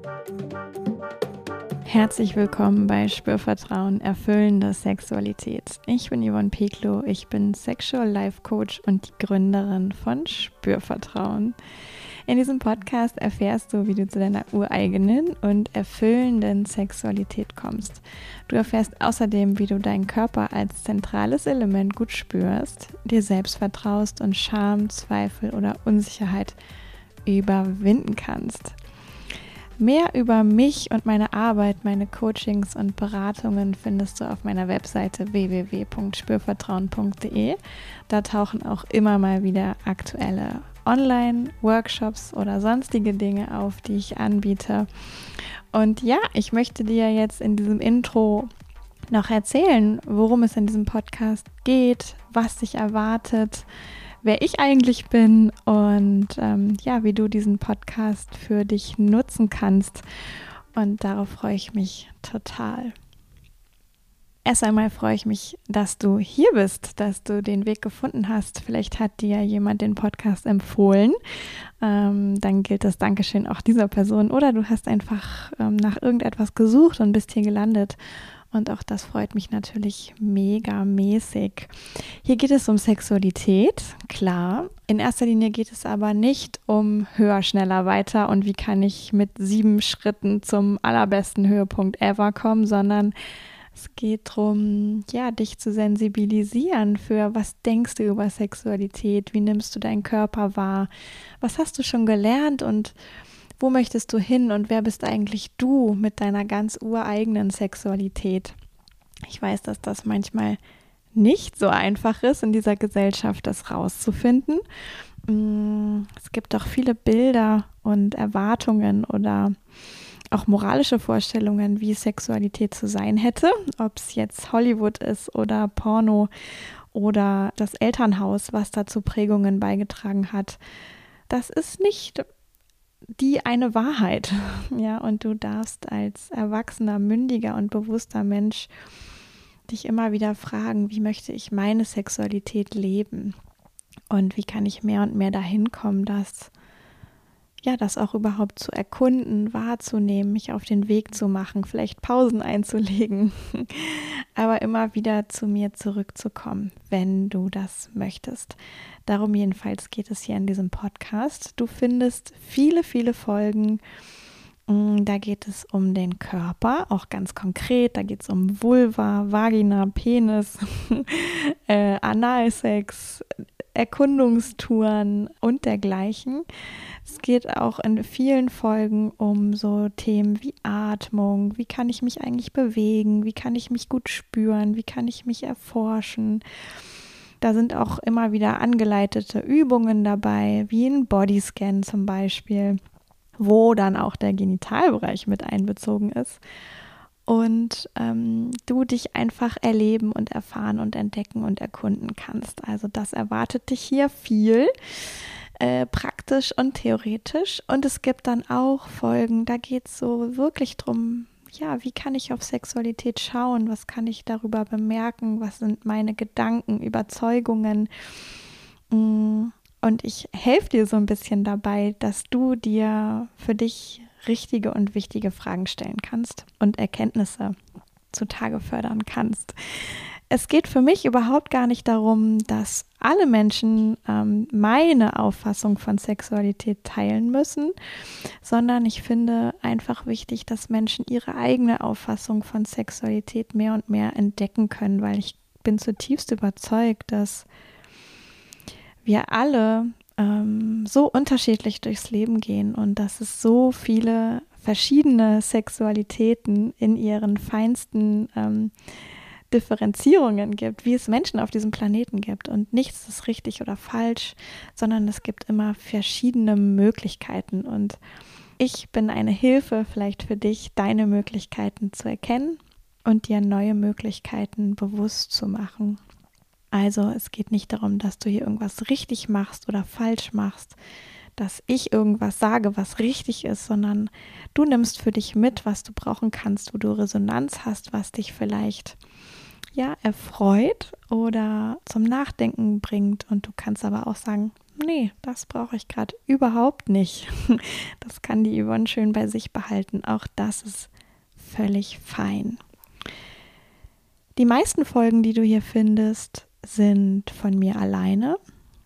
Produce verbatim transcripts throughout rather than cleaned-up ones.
Herzlich willkommen bei Spürvertrauen, erfüllende Sexualität. Ich bin Yvonne Peklo, ich bin Sexual Life Coach und die Gründerin von Spürvertrauen. In diesem Podcast erfährst du, wie du zu deiner ureigenen und erfüllenden Sexualität kommst. Du erfährst außerdem, wie du deinen Körper als zentrales Element gut spürst, dir selbst vertraust und Scham, Zweifel oder Unsicherheit überwinden kannst. Mehr über mich und meine Arbeit, meine Coachings und Beratungen findest du auf meiner Webseite w w w punkt spürvertrauen punkt d e. Da tauchen auch immer mal wieder aktuelle Online-Workshops oder sonstige Dinge auf, die ich anbiete. Und ja, ich möchte dir jetzt in diesem Intro noch erzählen, worum es in diesem Podcast geht, was dich erwartet, wer ich eigentlich bin und ähm, ja, wie du diesen Podcast für dich nutzen kannst. Und darauf freue ich mich total. Erst einmal freue ich mich, dass du hier bist, dass du den Weg gefunden hast. Vielleicht hat dir jemand den Podcast empfohlen. Ähm, dann gilt das Dankeschön auch dieser Person. Oder du hast einfach ähm, nach irgendetwas gesucht und bist hier gelandet. Und auch das freut mich natürlich mega mäßig. Hier geht es um Sexualität, klar. In erster Linie geht es aber nicht um höher, schneller, weiter und wie kann ich mit sieben Schritten zum allerbesten Höhepunkt ever kommen, sondern es geht darum, ja, dich zu sensibilisieren für, was denkst du über Sexualität, wie nimmst du deinen Körper wahr, was hast du schon gelernt und wo möchtest du hin und wer bist eigentlich du mit deiner ganz ureigenen Sexualität? Ich weiß, dass das manchmal nicht so einfach ist, in dieser Gesellschaft das rauszufinden. Es gibt auch viele Bilder und Erwartungen oder auch moralische Vorstellungen, wie Sexualität zu sein hätte, ob es jetzt Hollywood ist oder Porno oder das Elternhaus, was dazu Prägungen beigetragen hat. Das ist nicht die eine Wahrheit, ja, und du darfst als erwachsener, mündiger und bewusster Mensch dich immer wieder fragen, wie möchte ich meine Sexualität leben und wie kann ich mehr und mehr dahin kommen, dass ja, das auch überhaupt zu erkunden, wahrzunehmen, mich auf den Weg zu machen, vielleicht Pausen einzulegen, aber immer wieder zu mir zurückzukommen, wenn du das möchtest. Darum jedenfalls geht es hier in diesem Podcast. Du findest viele, viele Folgen. Da geht es um den Körper, auch ganz konkret. Da geht es um Vulva, Vagina, Penis, äh, Analsex, Erkundungstouren und dergleichen. Es geht auch in vielen Folgen um so Themen wie Atmung, wie kann ich mich eigentlich bewegen, wie kann ich mich gut spüren, wie kann ich mich erforschen. Da sind auch immer wieder angeleitete Übungen dabei, wie ein Bodyscan zum Beispiel, wo dann auch der Genitalbereich mit einbezogen ist. Und ähm, du dich einfach erleben und erfahren und entdecken und erkunden kannst. Also das erwartet dich hier viel, äh, praktisch und theoretisch. Und es gibt dann auch Folgen, da geht es so wirklich drum, ja, wie kann ich auf Sexualität schauen? Was kann ich darüber bemerken? Was sind meine Gedanken, Überzeugungen? Und ich helfe dir so ein bisschen dabei, dass du dir für dich richtige und wichtige Fragen stellen kannst und Erkenntnisse zutage fördern kannst. Es geht für mich überhaupt gar nicht darum, dass alle Menschen ähm, meine Auffassung von Sexualität teilen müssen, sondern ich finde einfach wichtig, dass Menschen ihre eigene Auffassung von Sexualität mehr und mehr entdecken können, weil ich bin zutiefst überzeugt, dass wir alle ähm, so unterschiedlich durchs Leben gehen und dass es so viele verschiedene Sexualitäten in ihren feinsten ähm, Differenzierungen gibt, wie es Menschen auf diesem Planeten gibt. Und nichts ist richtig oder falsch, sondern es gibt immer verschiedene Möglichkeiten. Und ich bin eine Hilfe vielleicht für dich, deine Möglichkeiten zu erkennen und dir neue Möglichkeiten bewusst zu machen. Also es geht nicht darum, dass du hier irgendwas richtig machst oder falsch machst, dass ich irgendwas sage, was richtig ist, sondern du nimmst für dich mit, was du brauchen kannst, wo du Resonanz hast, was dich vielleicht ja erfreut oder zum Nachdenken bringt. Und du kannst aber auch sagen, nee, das brauche ich gerade überhaupt nicht. Das kann die Yvonne schön bei sich behalten. Auch das ist völlig fein. Die meisten Folgen, die du hier findest, sind von mir alleine.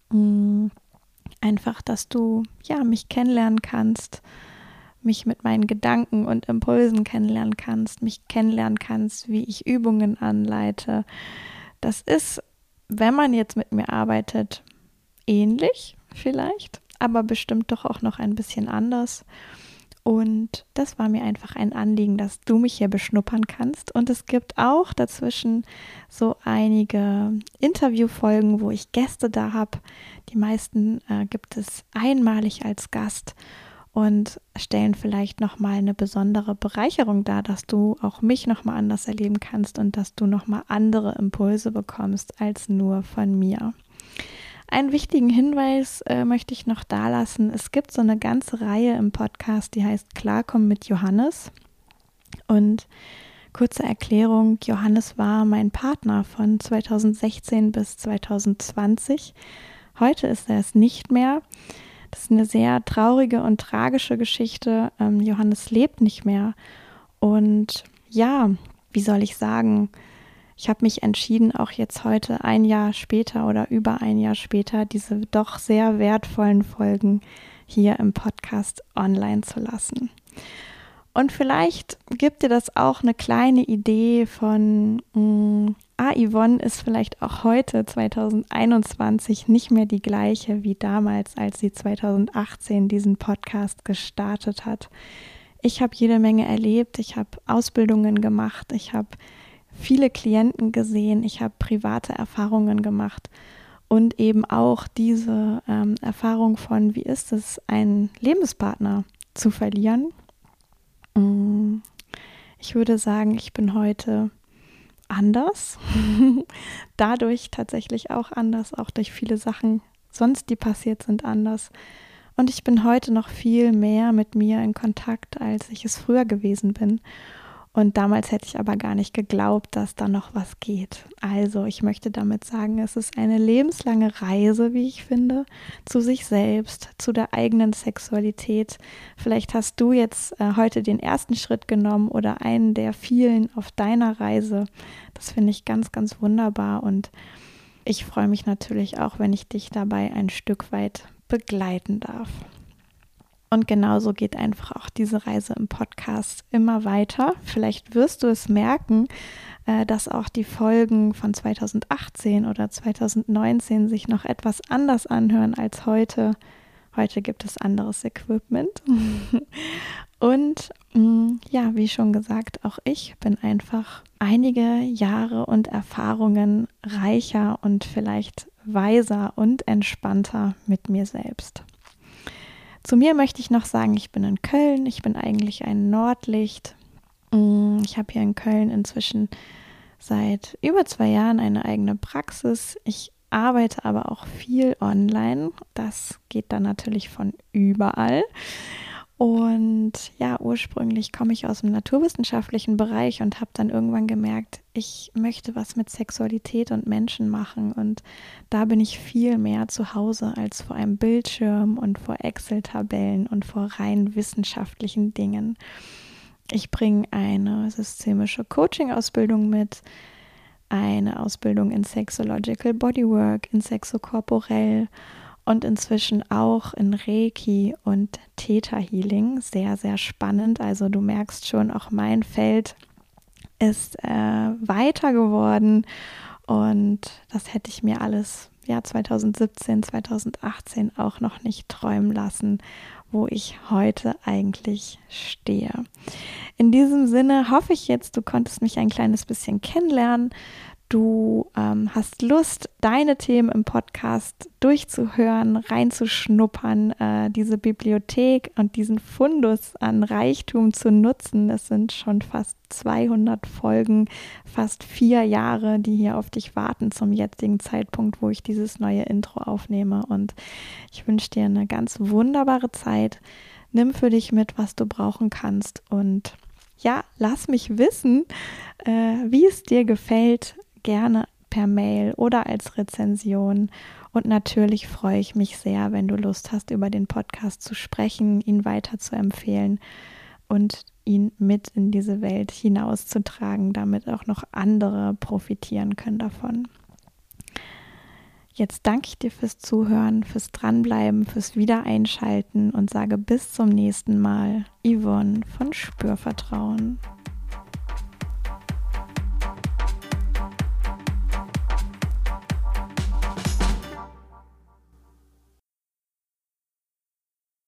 Einfach, dass du ja mich kennenlernen kannst, mich mit meinen Gedanken und Impulsen kennenlernen kannst, mich kennenlernen kannst, wie ich Übungen anleite. Das ist, wenn man jetzt mit mir arbeitet, ähnlich vielleicht, aber bestimmt doch auch noch ein bisschen anders. Und das war mir einfach ein Anliegen, dass du mich hier beschnuppern kannst. Und es gibt auch dazwischen so einige Interviewfolgen, wo ich Gäste da habe. Die meisten äh, gibt es einmalig als Gast und stellen vielleicht nochmal eine besondere Bereicherung dar, dass du auch mich nochmal anders erleben kannst und dass du nochmal andere Impulse bekommst als nur von mir. Einen wichtigen Hinweis äh, möchte ich noch dalassen. Es gibt so eine ganze Reihe im Podcast, die heißt Klarkommen mit Johannes. Und kurze Erklärung, Johannes war mein Partner von zweitausendsechzehn bis zweitausendzwanzig. Heute ist er es nicht mehr. Das ist eine sehr traurige und tragische Geschichte. Ähm, Johannes lebt nicht mehr. Und ja, wie soll ich sagen, ich habe mich entschieden, auch jetzt heute ein Jahr später oder über ein Jahr später diese doch sehr wertvollen Folgen hier im Podcast online zu lassen. Und vielleicht gibt dir das auch eine kleine Idee von, mh, ah, Yvonne ist vielleicht auch heute zweitausendeinundzwanzig nicht mehr die gleiche wie damals, als sie zweitausendachtzehn diesen Podcast gestartet hat. Ich habe jede Menge erlebt, ich habe Ausbildungen gemacht, ich habe viele Klienten gesehen, ich habe private Erfahrungen gemacht und eben auch diese ähm, Erfahrung von, wie ist es, einen Lebenspartner zu verlieren. Ich würde sagen, ich bin heute anders, dadurch tatsächlich auch anders, auch durch viele Sachen sonst, die passiert sind, anders. Und ich bin heute noch viel mehr mit mir in Kontakt, als ich es früher gewesen bin. Und damals hätte ich aber gar nicht geglaubt, dass da noch was geht. Also ich möchte damit sagen, es ist eine lebenslange Reise, wie ich finde, zu sich selbst, zu der eigenen Sexualität. Vielleicht hast du jetzt äh, heute den ersten Schritt genommen oder einen der vielen auf deiner Reise. Das finde ich ganz, ganz wunderbar und ich freue mich natürlich auch, wenn ich dich dabei ein Stück weit begleiten darf. Und genauso geht einfach auch diese Reise im Podcast immer weiter. Vielleicht wirst du es merken, äh, dass auch die Folgen von zweitausendachtzehn oder zweitausendneunzehn sich noch etwas anders anhören als heute. Heute gibt es anderes Equipment. Und mh, ja, wie schon gesagt, auch ich bin einfach einige Jahre und Erfahrungen reicher und vielleicht weiser und entspannter mit mir selbst. Zu mir möchte ich noch sagen, ich bin in Köln, ich bin eigentlich ein Nordlicht. Ich habe hier in Köln inzwischen seit über zwei Jahren eine eigene Praxis. Ich arbeite aber auch viel online. Das geht dann natürlich von überall. Und ja, ursprünglich komme ich aus dem naturwissenschaftlichen Bereich und habe dann irgendwann gemerkt, ich möchte was mit Sexualität und Menschen machen. Und da bin ich viel mehr zu Hause als vor einem Bildschirm und vor Excel-Tabellen und vor rein wissenschaftlichen Dingen. Ich bringe eine systemische Coaching-Ausbildung mit, eine Ausbildung in Sexological Bodywork, in Sexokorporell und inzwischen auch in Reiki und Theta Healing. Sehr, sehr spannend. Also du merkst schon, auch mein Feld ist äh, weiter geworden und das hätte ich mir alles ja zweitausendsiebzehn, zweitausendachtzehn auch noch nicht träumen lassen, wo ich heute eigentlich stehe. In diesem Sinne hoffe ich jetzt, du konntest mich ein kleines bisschen kennenlernen. Du ähm, hast Lust, deine Themen im Podcast durchzuhören, reinzuschnuppern, äh, diese Bibliothek und diesen Fundus an Reichtum zu nutzen. Es sind schon fast zweihundert Folgen, fast vier Jahre, die hier auf dich warten zum jetzigen Zeitpunkt, wo ich dieses neue Intro aufnehme. Und ich wünsche dir eine ganz wunderbare Zeit. Nimm für dich mit, was du brauchen kannst und ja, lass mich wissen, äh, wie es dir gefällt. Gerne per Mail oder als Rezension. Und natürlich freue ich mich sehr, wenn du Lust hast, über den Podcast zu sprechen, ihn weiter zu empfehlen und ihn mit in diese Welt hinauszutragen, damit auch noch andere profitieren können davon. Jetzt danke ich dir fürs Zuhören, fürs Dranbleiben, fürs Wiedereinschalten und sage bis zum nächsten Mal. Yvonne von Spürvertrauen.